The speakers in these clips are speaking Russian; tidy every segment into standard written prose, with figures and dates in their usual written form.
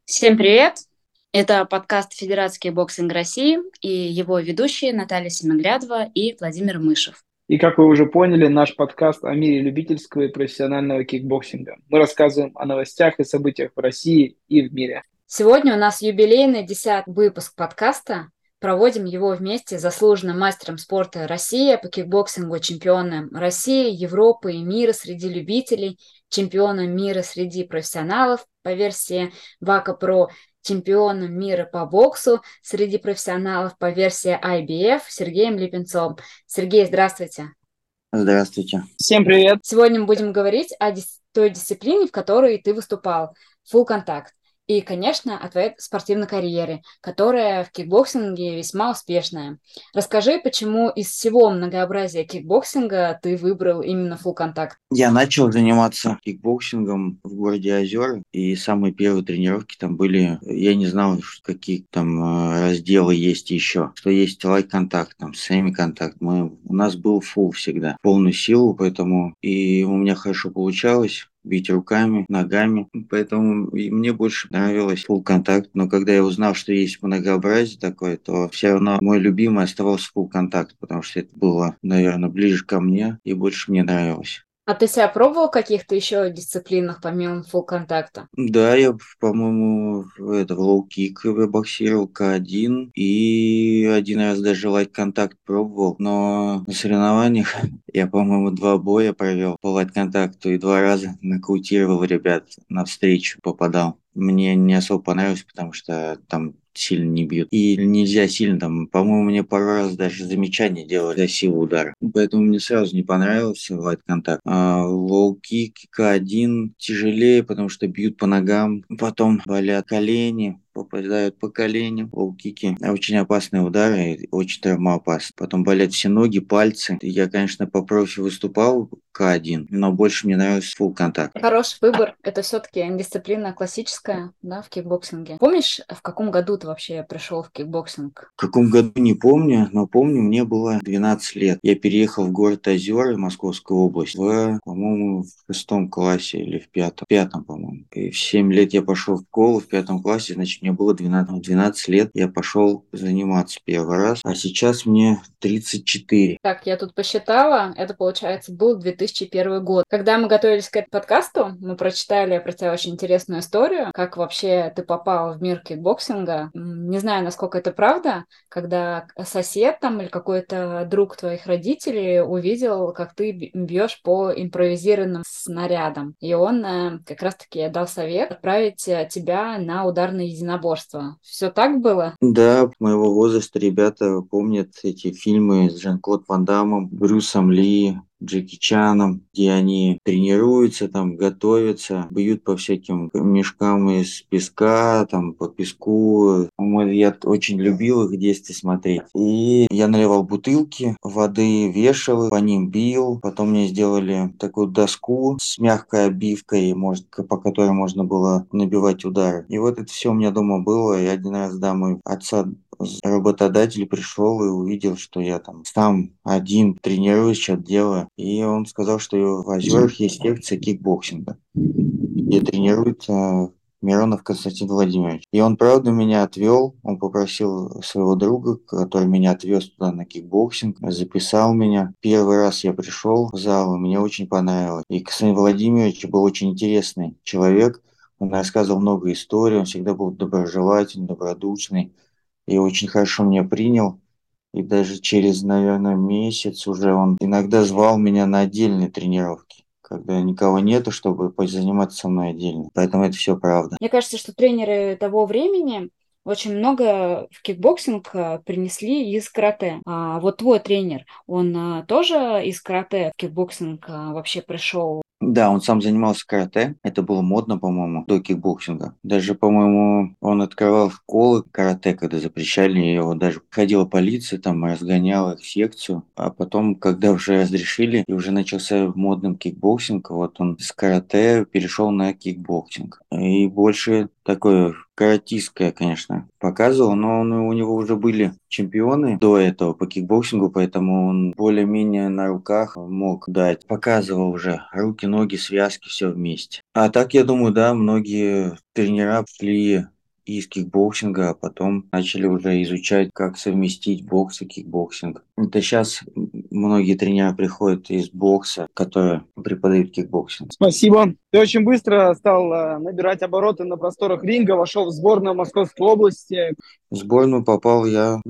Всем привет! Это подкаст «Федератский боксинг России» и его ведущие Наталья Семиглядова и Владимир Мышев. И как вы уже поняли, наш подкаст о мире любительского и профессионального кикбоксинга. Мы рассказываем о новостях и событиях в России и в мире. Сегодня у нас юбилейный 10-й выпуск подкаста. Проводим его вместе с заслуженным мастером спорта России по кикбоксингу, чемпионом России, Европы и мира среди любителей, чемпионом мира среди профессионалов по версии ВАКа Про, чемпионом мира по боксу среди профессионалов по версии IBF Сергеем Липенцовым. Сергей, здравствуйте. Здравствуйте. Всем привет! Сегодня мы будем говорить о той дисциплине, в которой ты выступал, full контакт. И, конечно, о твоей спортивной карьере, которая в кикбоксинге весьма успешная. Расскажи, почему из всего многообразия кикбоксинга ты выбрал именно full контакт? Я начал заниматься кикбоксингом в городе Озера, и самые первые тренировки там были, я не знал, какие там разделы есть еще, что есть лайк-контакт, там, семи-контакт. У нас был фул всегда, полную силу, поэтому и у меня хорошо получалось бить руками, ногами. Поэтому и мне больше нравилось full контакт. Но когда я узнал, что есть многообразие такое, то все равно мой любимый оставался full контакт, потому что это было, наверное, ближе ко мне и больше мне нравилось. А ты себя пробовал в каких-то еще дисциплинах, помимо full контакта? Да, я, по-моему, в лоу-кик боксировал К1 и один раз даже лайт-контакт пробовал, но на соревнованиях я, по-моему, 2 боя провел по лайт-контакту и 2 раза нокаутировал ребят навстречу, попадал. Мне не особо понравилось, потому что там сильно не бьют. И нельзя сильно там, по-моему, мне пару раз даже замечания делали за силу удара. Поэтому мне сразу не понравился лайт-контакт. А лоу-кик, К1 тяжелее, потому что бьют по ногам, потом болят колени, попадают по коленям, лоу-кики. Очень опасные удары, очень травмоопасны. Потом болят все ноги, пальцы. Я, конечно, по профи выступал К1, но больше мне нравится full контакт. Хороший выбор. Это все-таки дисциплина классическая, да, в кикбоксинге. Помнишь, в каком году ты вообще пришел в кикбоксинг? В каком году не помню, но помню, мне было 12 лет. Я переехал в город Озера, Московская область, по-моему, в 6 классе или в пятом, по-моему. И в 7 лет я пошел в школу, в 5 классе, значит, мне было 12. В 12 лет я пошел заниматься первый раз, а сейчас мне 34. Так, я тут посчитала, это, получается, был 2001 год. Когда мы готовились к этому подкасту, мы прочитали про тебя очень интересную историю, как вообще ты попал в мир кикбоксинга. Не знаю, насколько это правда, когда сосед там или какой-то друг твоих родителей увидел, как ты бьешь по импровизированным снарядам. И он как раз-таки дал совет отправить тебя на ударное единоборство. Все так было? Да, моего возраста ребята помнят эти фильмы с Жан-Клод Ван Даммом, Брюсом Ли, Джеки Чаном, где они тренируются, там готовятся, бьют по всяким мешкам из песка, там по песку. Я очень любил их в детстве смотреть. И я наливал бутылки воды, вешал их, по ним бил. Потом мне сделали такую доску с мягкой обивкой, по которой можно было набивать удары. И вот это все у меня дома было. И один раз, да, мой отца работодатель пришел и увидел, что я там сам один тренируюсь, что-то делаю. И он сказал, что в Озерах есть секция кикбоксинга, где тренируется Миронов Константин Владимирович. И он, правда, меня отвел. Он попросил своего друга, который меня отвез туда на кикбоксинг, записал меня. Первый раз я пришел в зал, и мне очень понравилось. И Константин Владимирович был очень интересный человек. Он рассказывал много историй, он всегда был доброжелательный, добродушный и очень хорошо меня принял. И даже через, наверное, месяц уже он иногда звал меня на отдельные тренировки, когда никого нету, чтобы заниматься со мной отдельно. Поэтому это все правда. Мне кажется, что тренеры того времени очень много в кикбоксинг принесли из карате. А вот твой тренер, он тоже из карате в кикбоксинг вообще пришел? Да, он сам занимался карате. Это было модно, по-моему, до кикбоксинга. Даже, по-моему, он открывал школы карате, когда запрещали его. Даже ходила полиция, там разгоняла их в секцию. А потом, когда уже разрешили, и уже начался модным кикбоксинг, вот он с карате перешел на кикбоксинг. И больше такое каратистское, конечно, показывал, но у него уже были чемпионы до этого по кикбоксингу, поэтому он более-менее на руках мог дать. Показывал уже руки, ноги, связки, все вместе. А так, я думаю, да, многие тренера шли из кикбоксинга, а потом начали уже изучать, как совместить бокс и кикбоксинг. Это сейчас многие тренеры приходят из бокса, которые преподают кикбоксинг. Спасибо. Ты очень быстро стал набирать обороты на просторах ринга, вошел в сборную Московской области. В сборную попал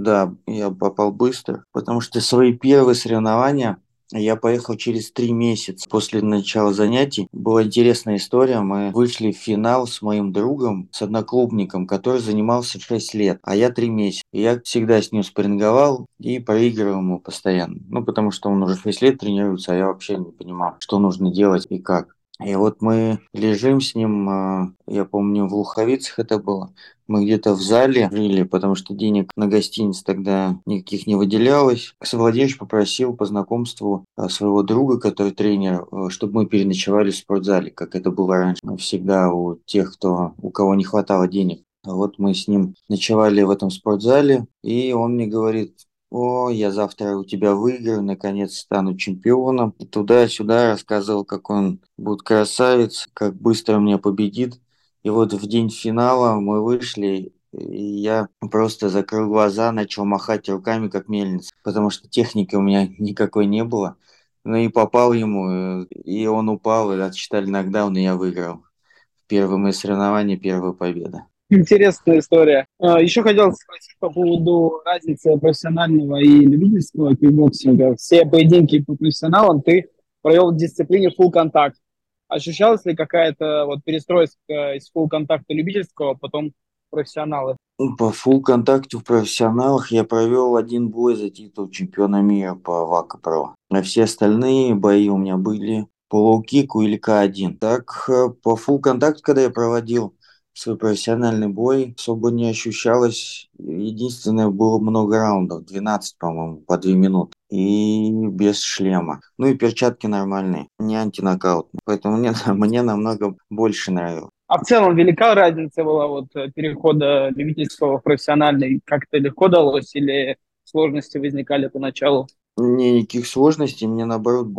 я попал быстро, потому что свои первые соревнования я поехал через 3 месяца после начала занятий. Была интересная история. Мы вышли в финал с моим другом, с одноклубником, который занимался 6 лет, а я 3 месяца. И я всегда с ним спарринговал и проигрывал ему постоянно. Ну, потому что он уже 6 лет тренируется, а я вообще не понимал, что нужно делать и как. И вот мы лежим с ним, я помню, в Луховицах это было. Мы где-то в зале жили, потому что денег на гостиниц тогда никаких не выделялось. Владимирович попросил по знакомству своего друга, который тренер, чтобы мы переночевали в спортзале, как это было раньше. Всегда у тех, у кого не хватало денег. А вот мы с ним ночевали в этом спортзале, и он мне говорит: о, я завтра у тебя выиграю, наконец стану чемпионом. И туда-сюда рассказывал, как он будет красавец, как быстро меня победит. И вот в день финала мы вышли, и я просто закрыл глаза, начал махать руками, как мельница, потому что техники у меня никакой не было. Ну и попал ему, и он упал, и отсчитали нокдаун, и я выиграл. Первое мои соревнования, первая победа. Интересная история. Еще хотел спросить по поводу разницы профессионального и любительского кикбоксинга. Все поединки по профессионалам ты провел в дисциплине full контакт. Ощущалась ли какая-то вот перестройка из full контакта любительского, потом профессионалы? По фулл контакту в профессионалах я провел один бой за титул чемпиона мира по ВАКа Про. А все остальные бои у меня были по лоу-кику или К1. Так, по фулл контакту, когда я проводил свой профессиональный бой, особо не ощущалось. Единственное, было много раундов, 12, по-моему, по 2 минуты. И без шлема. Ну и перчатки нормальные, не антинокаутные. Поэтому мне намного больше нравилось. А в целом велика разница была вот перехода любительского в профессиональный? Как-то легко далось или сложности возникали поначалу? Мне никаких сложностей, мне наоборот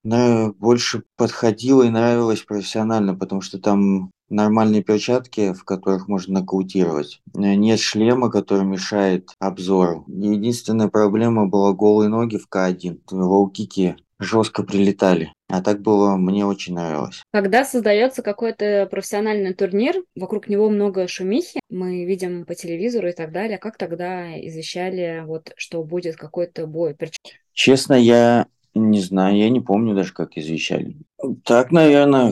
больше подходило и нравилось профессионально, потому что там нормальные перчатки, в которых можно нокаутировать. Нет шлема, который мешает обзору. Единственная проблема была голые ноги в К1. Лоу-кики жестко прилетали. А так было, мне очень нравилось. Когда создается какой-то профессиональный турнир, вокруг него много шумихи, мы видим по телевизору и так далее. Как тогда извещали, вот, что будет какой-то бой? Честно, я не знаю, я не помню даже, как извещали. Так, наверное,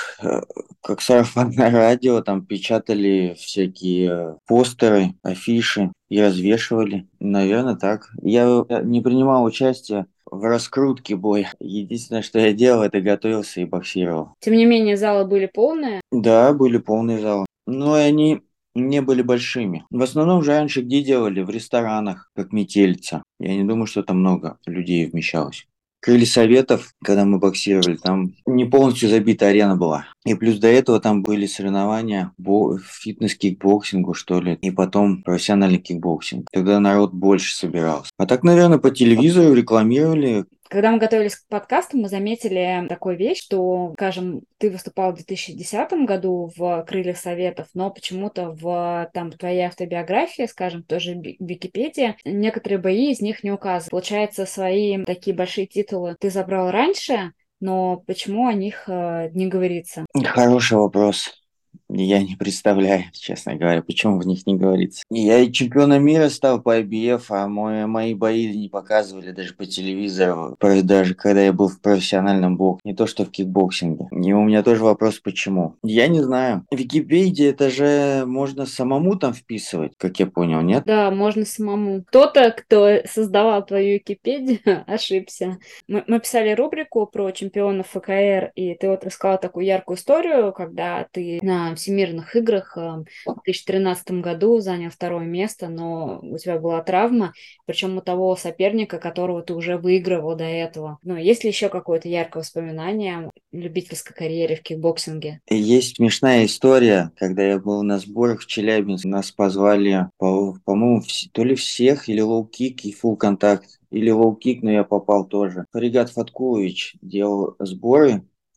как сарафанное радио, там печатали всякие постеры, афиши и развешивали. Наверное, так. Я не принимал участия в раскрутке боя. Единственное, что я делал, это готовился и боксировал. Тем не менее, залы были полные. Да, были полные залы. Но и они не были большими. В основном же раньше где делали? В ресторанах, как метелица. Я не думаю, что там много людей вмещалось. Крылья Советов, когда мы боксировали, там не полностью забита арена была. И плюс до этого там были соревнования фитнес-кикбоксингу, что ли, и потом профессиональный кикбоксинг. Тогда народ больше собирался. А так, наверное, по телевизору рекламировали. Когда мы готовились к подкасту, мы заметили такую вещь, что, скажем, ты выступал в 2010 году в «Крыльях Советов», но почему-то в твоей автобиографии, скажем, тоже в Википедии, некоторые бои из них не указаны. Получается, свои такие большие титулы ты забрал раньше, но почему о них не говорится? Хороший вопрос. Я не представляю, честно говоря, почему в них не говорится. Я и чемпионом мира стал по IBF, а мои бои не показывали даже по телевизору, даже когда я был в профессиональном боксе, не то что в кикбоксинге. И у меня тоже вопрос, почему. Я не знаю. Википедия, это же можно самому там вписывать, как я понял, нет? Да, можно самому. Кто-то, кто создавал твою Википедию, ошибся. Мы писали рубрику про чемпионов ФКР, и ты вот рассказала такую яркую историю, когда ты на Всемирных играх в 2013 году занял 2-е место, но у тебя была травма, причем у того соперника, которого ты уже выигрывал до этого. Ну, есть ли еще какое-то яркое воспоминание о любительской карьере в кикбоксинге? Есть смешная история, когда я был на сборах в Челябинске, нас позвали, по-моему, то ли всех, или лоу-кик и фулл контакт, или лоу-кик, но я попал тоже. Фаригат Фаткулович делал сборы,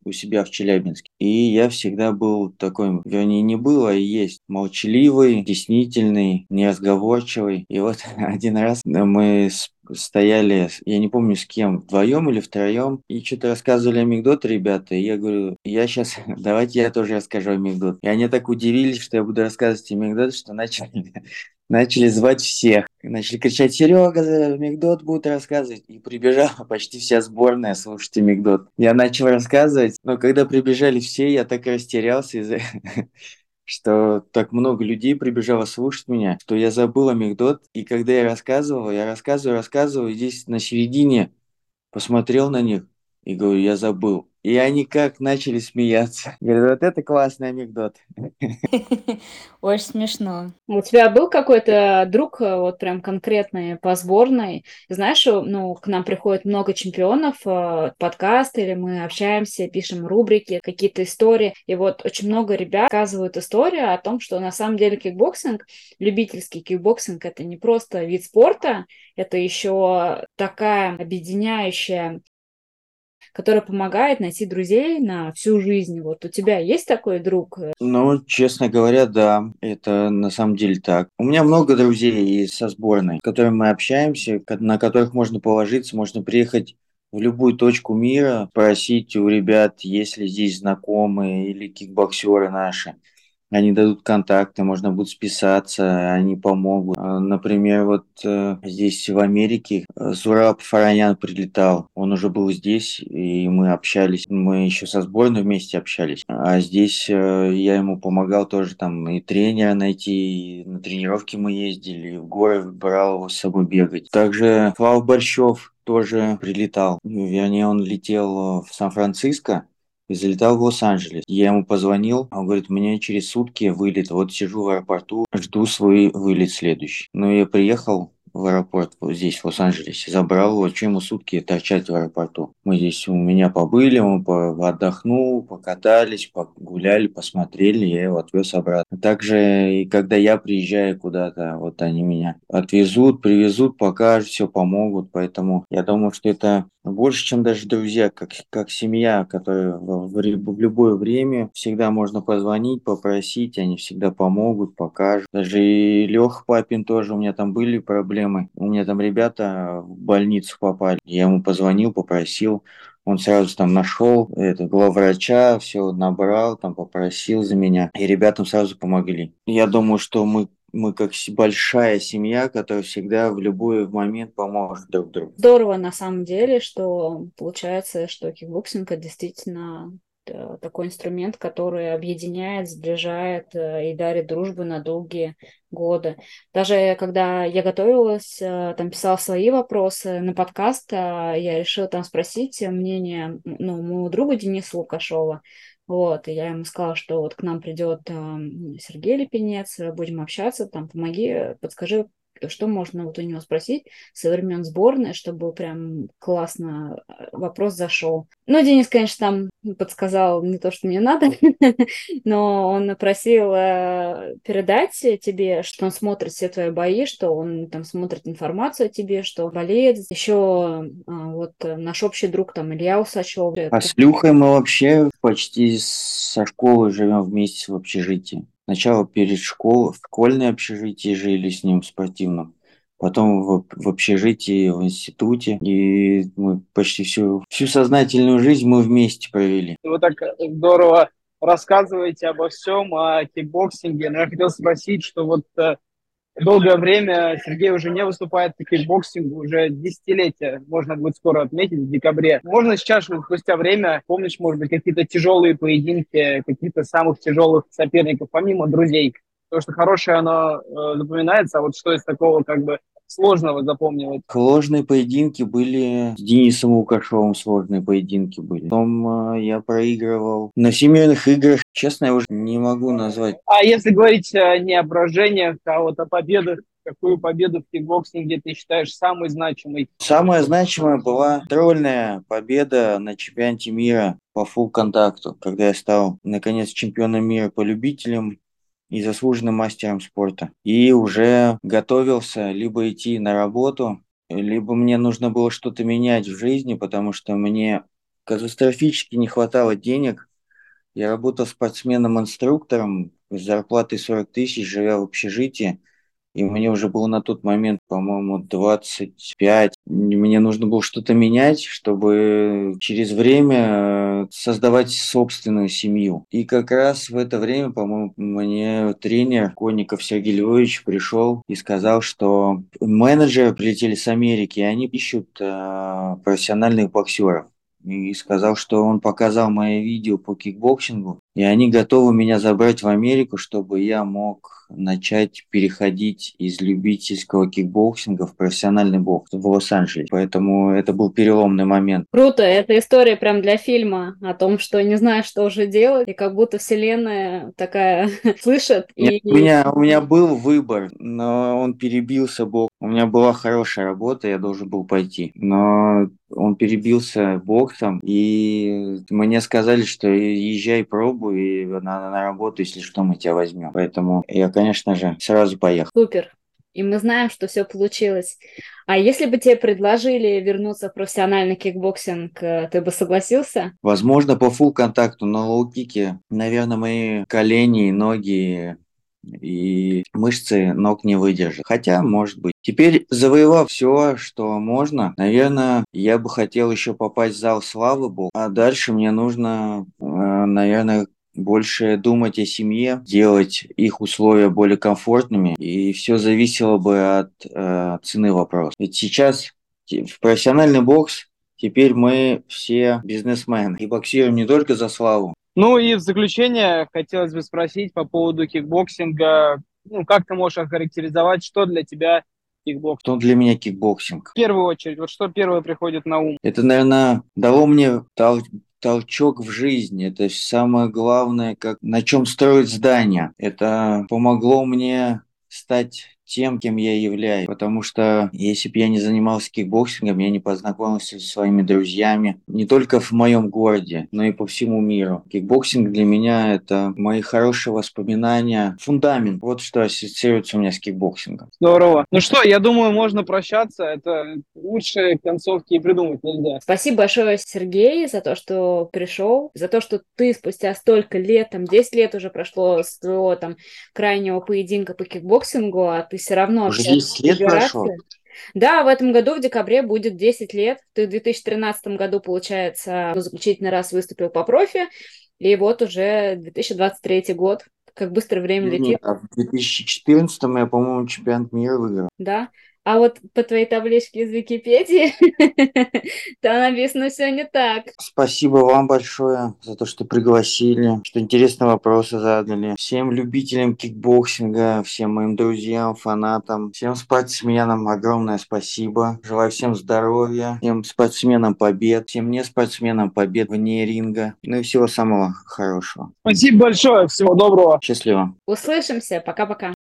у себя в Челябинске. И я всегда был такой, вернее, не был, а и есть молчаливый, стеснительный, неразговорчивый. И вот один раз мы стояли, я не помню с кем, вдвоем или втроем, и что-то рассказывали анекдоты ребята, и я говорю, я сейчас, давайте я тоже расскажу анекдот. И они так удивились, что я буду рассказывать анекдот, что начали звать всех. Начали кричать: Серега, анекдот будет рассказывать. И прибежала почти вся сборная слушать анекдот. Я начал рассказывать, но когда прибежали все, я так растерялся из-за что так много людей прибежало слушать меня, что я забыл анекдот. И когда я рассказываю, и здесь на середине посмотрел на них и говорю, я забыл. И они как начали смеяться. Говорят, вот это классный анекдот. Очень смешно. У тебя был какой-то друг, вот прям конкретный по сборной? Знаешь, ну, к нам приходит много чемпионов, подкасты, или мы общаемся, пишем рубрики, какие-то истории. И вот очень много ребят рассказывают историю о том, что на самом деле кикбоксинг, любительский кикбоксинг, это не просто вид спорта, это еще такая объединяющая, которая помогает найти друзей на всю жизнь. Вот у тебя есть такой друг? Ну, честно говоря, да, это на самом деле так. У меня много друзей со сборной, с которыми мы общаемся, на которых можно положиться, можно приехать в любую точку мира, спросить у ребят, есть ли здесь знакомые или кикбоксеры наши. Они дадут контакты, можно будет списаться, они помогут. Например, вот здесь в Америке Зураб Фаранян прилетал. Он уже был здесь, и мы общались. Мы еще со сборной вместе общались. А здесь я ему помогал тоже там и тренера найти, и на тренировки мы ездили, и в горы брал его с собой бегать. Также Слава Борщев тоже прилетал. Вернее, он летел в Сан-Франциско и залетал в Лос-Анджелес. Я ему позвонил, он говорит, у меня через сутки вылет, вот сижу в аэропорту, жду свой вылет следующий. Ну, я приехал в аэропорт вот здесь, в Лос-Анджелесе, забрал его, чем ему сутки торчать в аэропорту. Мы здесь у меня побыли, он отдохнул, покатались, погуляли, посмотрели, я его отвез обратно. Также и когда я приезжаю куда-то, вот они меня отвезут, привезут, покажут, все помогут, поэтому я думаю, что это больше, чем даже друзья, как семья, которая в любое время всегда можно позвонить, попросить, они всегда помогут, покажут. Даже и Леха Папин тоже, у меня там были проблемы. У меня там ребята в больницу попали. Я ему позвонил, попросил. Он сразу там нашел главврача, все набрал, там попросил за меня. И ребятам сразу помогли. Я думаю, что мы как большая семья, которая всегда в любой момент поможет друг другу. Здорово на самом деле, что получается, что кикбоксинг это действительно такой инструмент, который объединяет, сближает и дарит дружбу на долгие годы. Даже когда я готовилась, там писала свои вопросы на подкаст, я решила там спросить мнение, ну, моего друга Дениса Лукашова. Вот, и я ему сказала, что вот к нам придет Сергей Лепенец, будем общаться, там, помоги, подскажи, что можно вот у него спросить со времен сборной, чтобы прям классно вопрос зашел. Ну, Денис, конечно, там подсказал не то, что мне надо, но он просил передать тебе, что он смотрит все твои бои, что он там смотрит информацию о тебе, что болеет. Еще вот наш общий друг там Илья Усачев. А с Люхой мы вообще почти со школы живем вместе в общежитии. Сначала перед школой, в школьное общежитие жили с ним в спортивном, потом в общежитии, в институте. И мы почти всю сознательную жизнь мы вместе провели. Вы так здорово рассказываете обо всем, о кикбоксинге. Но я хотел спросить, что вот долгое время Сергей уже не выступает по кикбоксингу, уже десятилетие, можно будет скоро отметить, в декабре. Можно сейчас, спустя время, помнишь, может быть, какие-то тяжелые поединки, каких-то самых тяжелых соперников, помимо друзей? Потому что хорошее оно запоминается, а вот что из такого как бы сложного запомнилось? Сложные поединки были с Денисом Лукашовым, сложные поединки были. Потом я проигрывал на всемирных играх. Честно, я уже не могу назвать. А если говорить не о поражениях, а вот о победах, какую победу в кикбоксинге ты считаешь самой значимой? Самая значимая была контрольная победа на чемпионате мира по фулл-контакту, когда я стал, наконец, чемпионом мира по любителям и заслуженным мастером спорта. И уже готовился либо идти на работу, либо мне нужно было что-то менять в жизни, потому что мне катастрофически не хватало денег. Я работал спортсменом-инструктором с зарплатой 40 тысяч, живя в общежитии. И мне уже было на тот момент, по-моему, 25. Мне нужно было что-то менять, чтобы через время создавать собственную семью. И как раз в это время, по-моему, мне тренер Конников Сергей Львович пришел и сказал, что менеджеры прилетели с Америки, и они ищут профессиональных боксеров. И сказал, что он показал мои видео по кикбоксингу, и они готовы меня забрать в Америку, чтобы я мог начать переходить из любительского кикбоксинга в профессиональный бокс в Лос-Анджелесе. Поэтому это был переломный момент. Круто, эта история прям для фильма о том, что не знаешь, что уже делать, и как будто вселенная такая слышит. Нет, И у меня был выбор, но он перебился боксом. У меня была хорошая работа, я должен был пойти. Но он перебился боксом, и мне сказали, что езжай, пробуй, и на работу, если что, мы тебя возьмем. Поэтому я, конечно же, сразу поехал. супер. И мы знаем, что все получилось. А если бы тебе предложили вернуться в профессиональный кикбоксинг, ты бы согласился? Возможно, по фулл-контакту на лоу-кике, наверное, мои колени, ноги и мышцы ног не выдержат. Хотя, может быть. Теперь, завоевав все, что можно, наверное, я бы хотел еще попасть в зал славы Богу. А дальше мне нужно, наверное, больше думать о семье, делать их условия более комфортными, и все зависело бы от цены вопроса. Ведь сейчас в профессиональный бокс теперь мы все бизнесмены и боксируем не только за славу. Ну и в заключение хотелось бы спросить по поводу кикбоксинга. Ну, как ты можешь охарактеризовать, что для тебя кикбоксинг? Что для меня кикбоксинг? В первую очередь, вот что первое приходит на ум? Это, наверное, дало мне толчок в жизни. Это самое главное, как на чем строить здание. Это помогло мне стать тем, кем я являюсь. Потому что если бы я не занимался кикбоксингом, я не познакомился со своими друзьями не только в моем городе, но и по всему миру. Кикбоксинг для меня — это мои хорошие воспоминания, фундамент. Вот что ассоциируется у меня с кикбоксингом. Здорово. Ну что, я думаю, можно прощаться. Это лучшие концовки и придумать нельзя. Спасибо большое, Сергей, за то, что пришел, за то, что ты спустя столько лет, там 10 лет уже прошло с твоего там крайнего поединка по кикбоксингу, а ты все равно Уже общаешься 10 с лет прошло. федерацией. Да, в этом году, в декабре, будет 10 лет. Ты в 2013 году, получается, заключительный раз выступил по профи, и вот уже 2023 год. Как быстро время Нет, летит, а в 2014 я, по-моему, чемпионат мира выиграл. да? А вот по твоей табличке из Википедии, там написано все не так. Спасибо вам большое за то, что пригласили, что интересные вопросы задали. Всем любителям кикбоксинга, всем моим друзьям, фанатам, всем спортсменам огромное спасибо. Желаю всем здоровья, всем спортсменам побед, всем не спортсменам побед вне ринга. Ну и всего самого хорошего. Спасибо большое. Всего доброго. Счастливо. Услышимся. Пока-пока.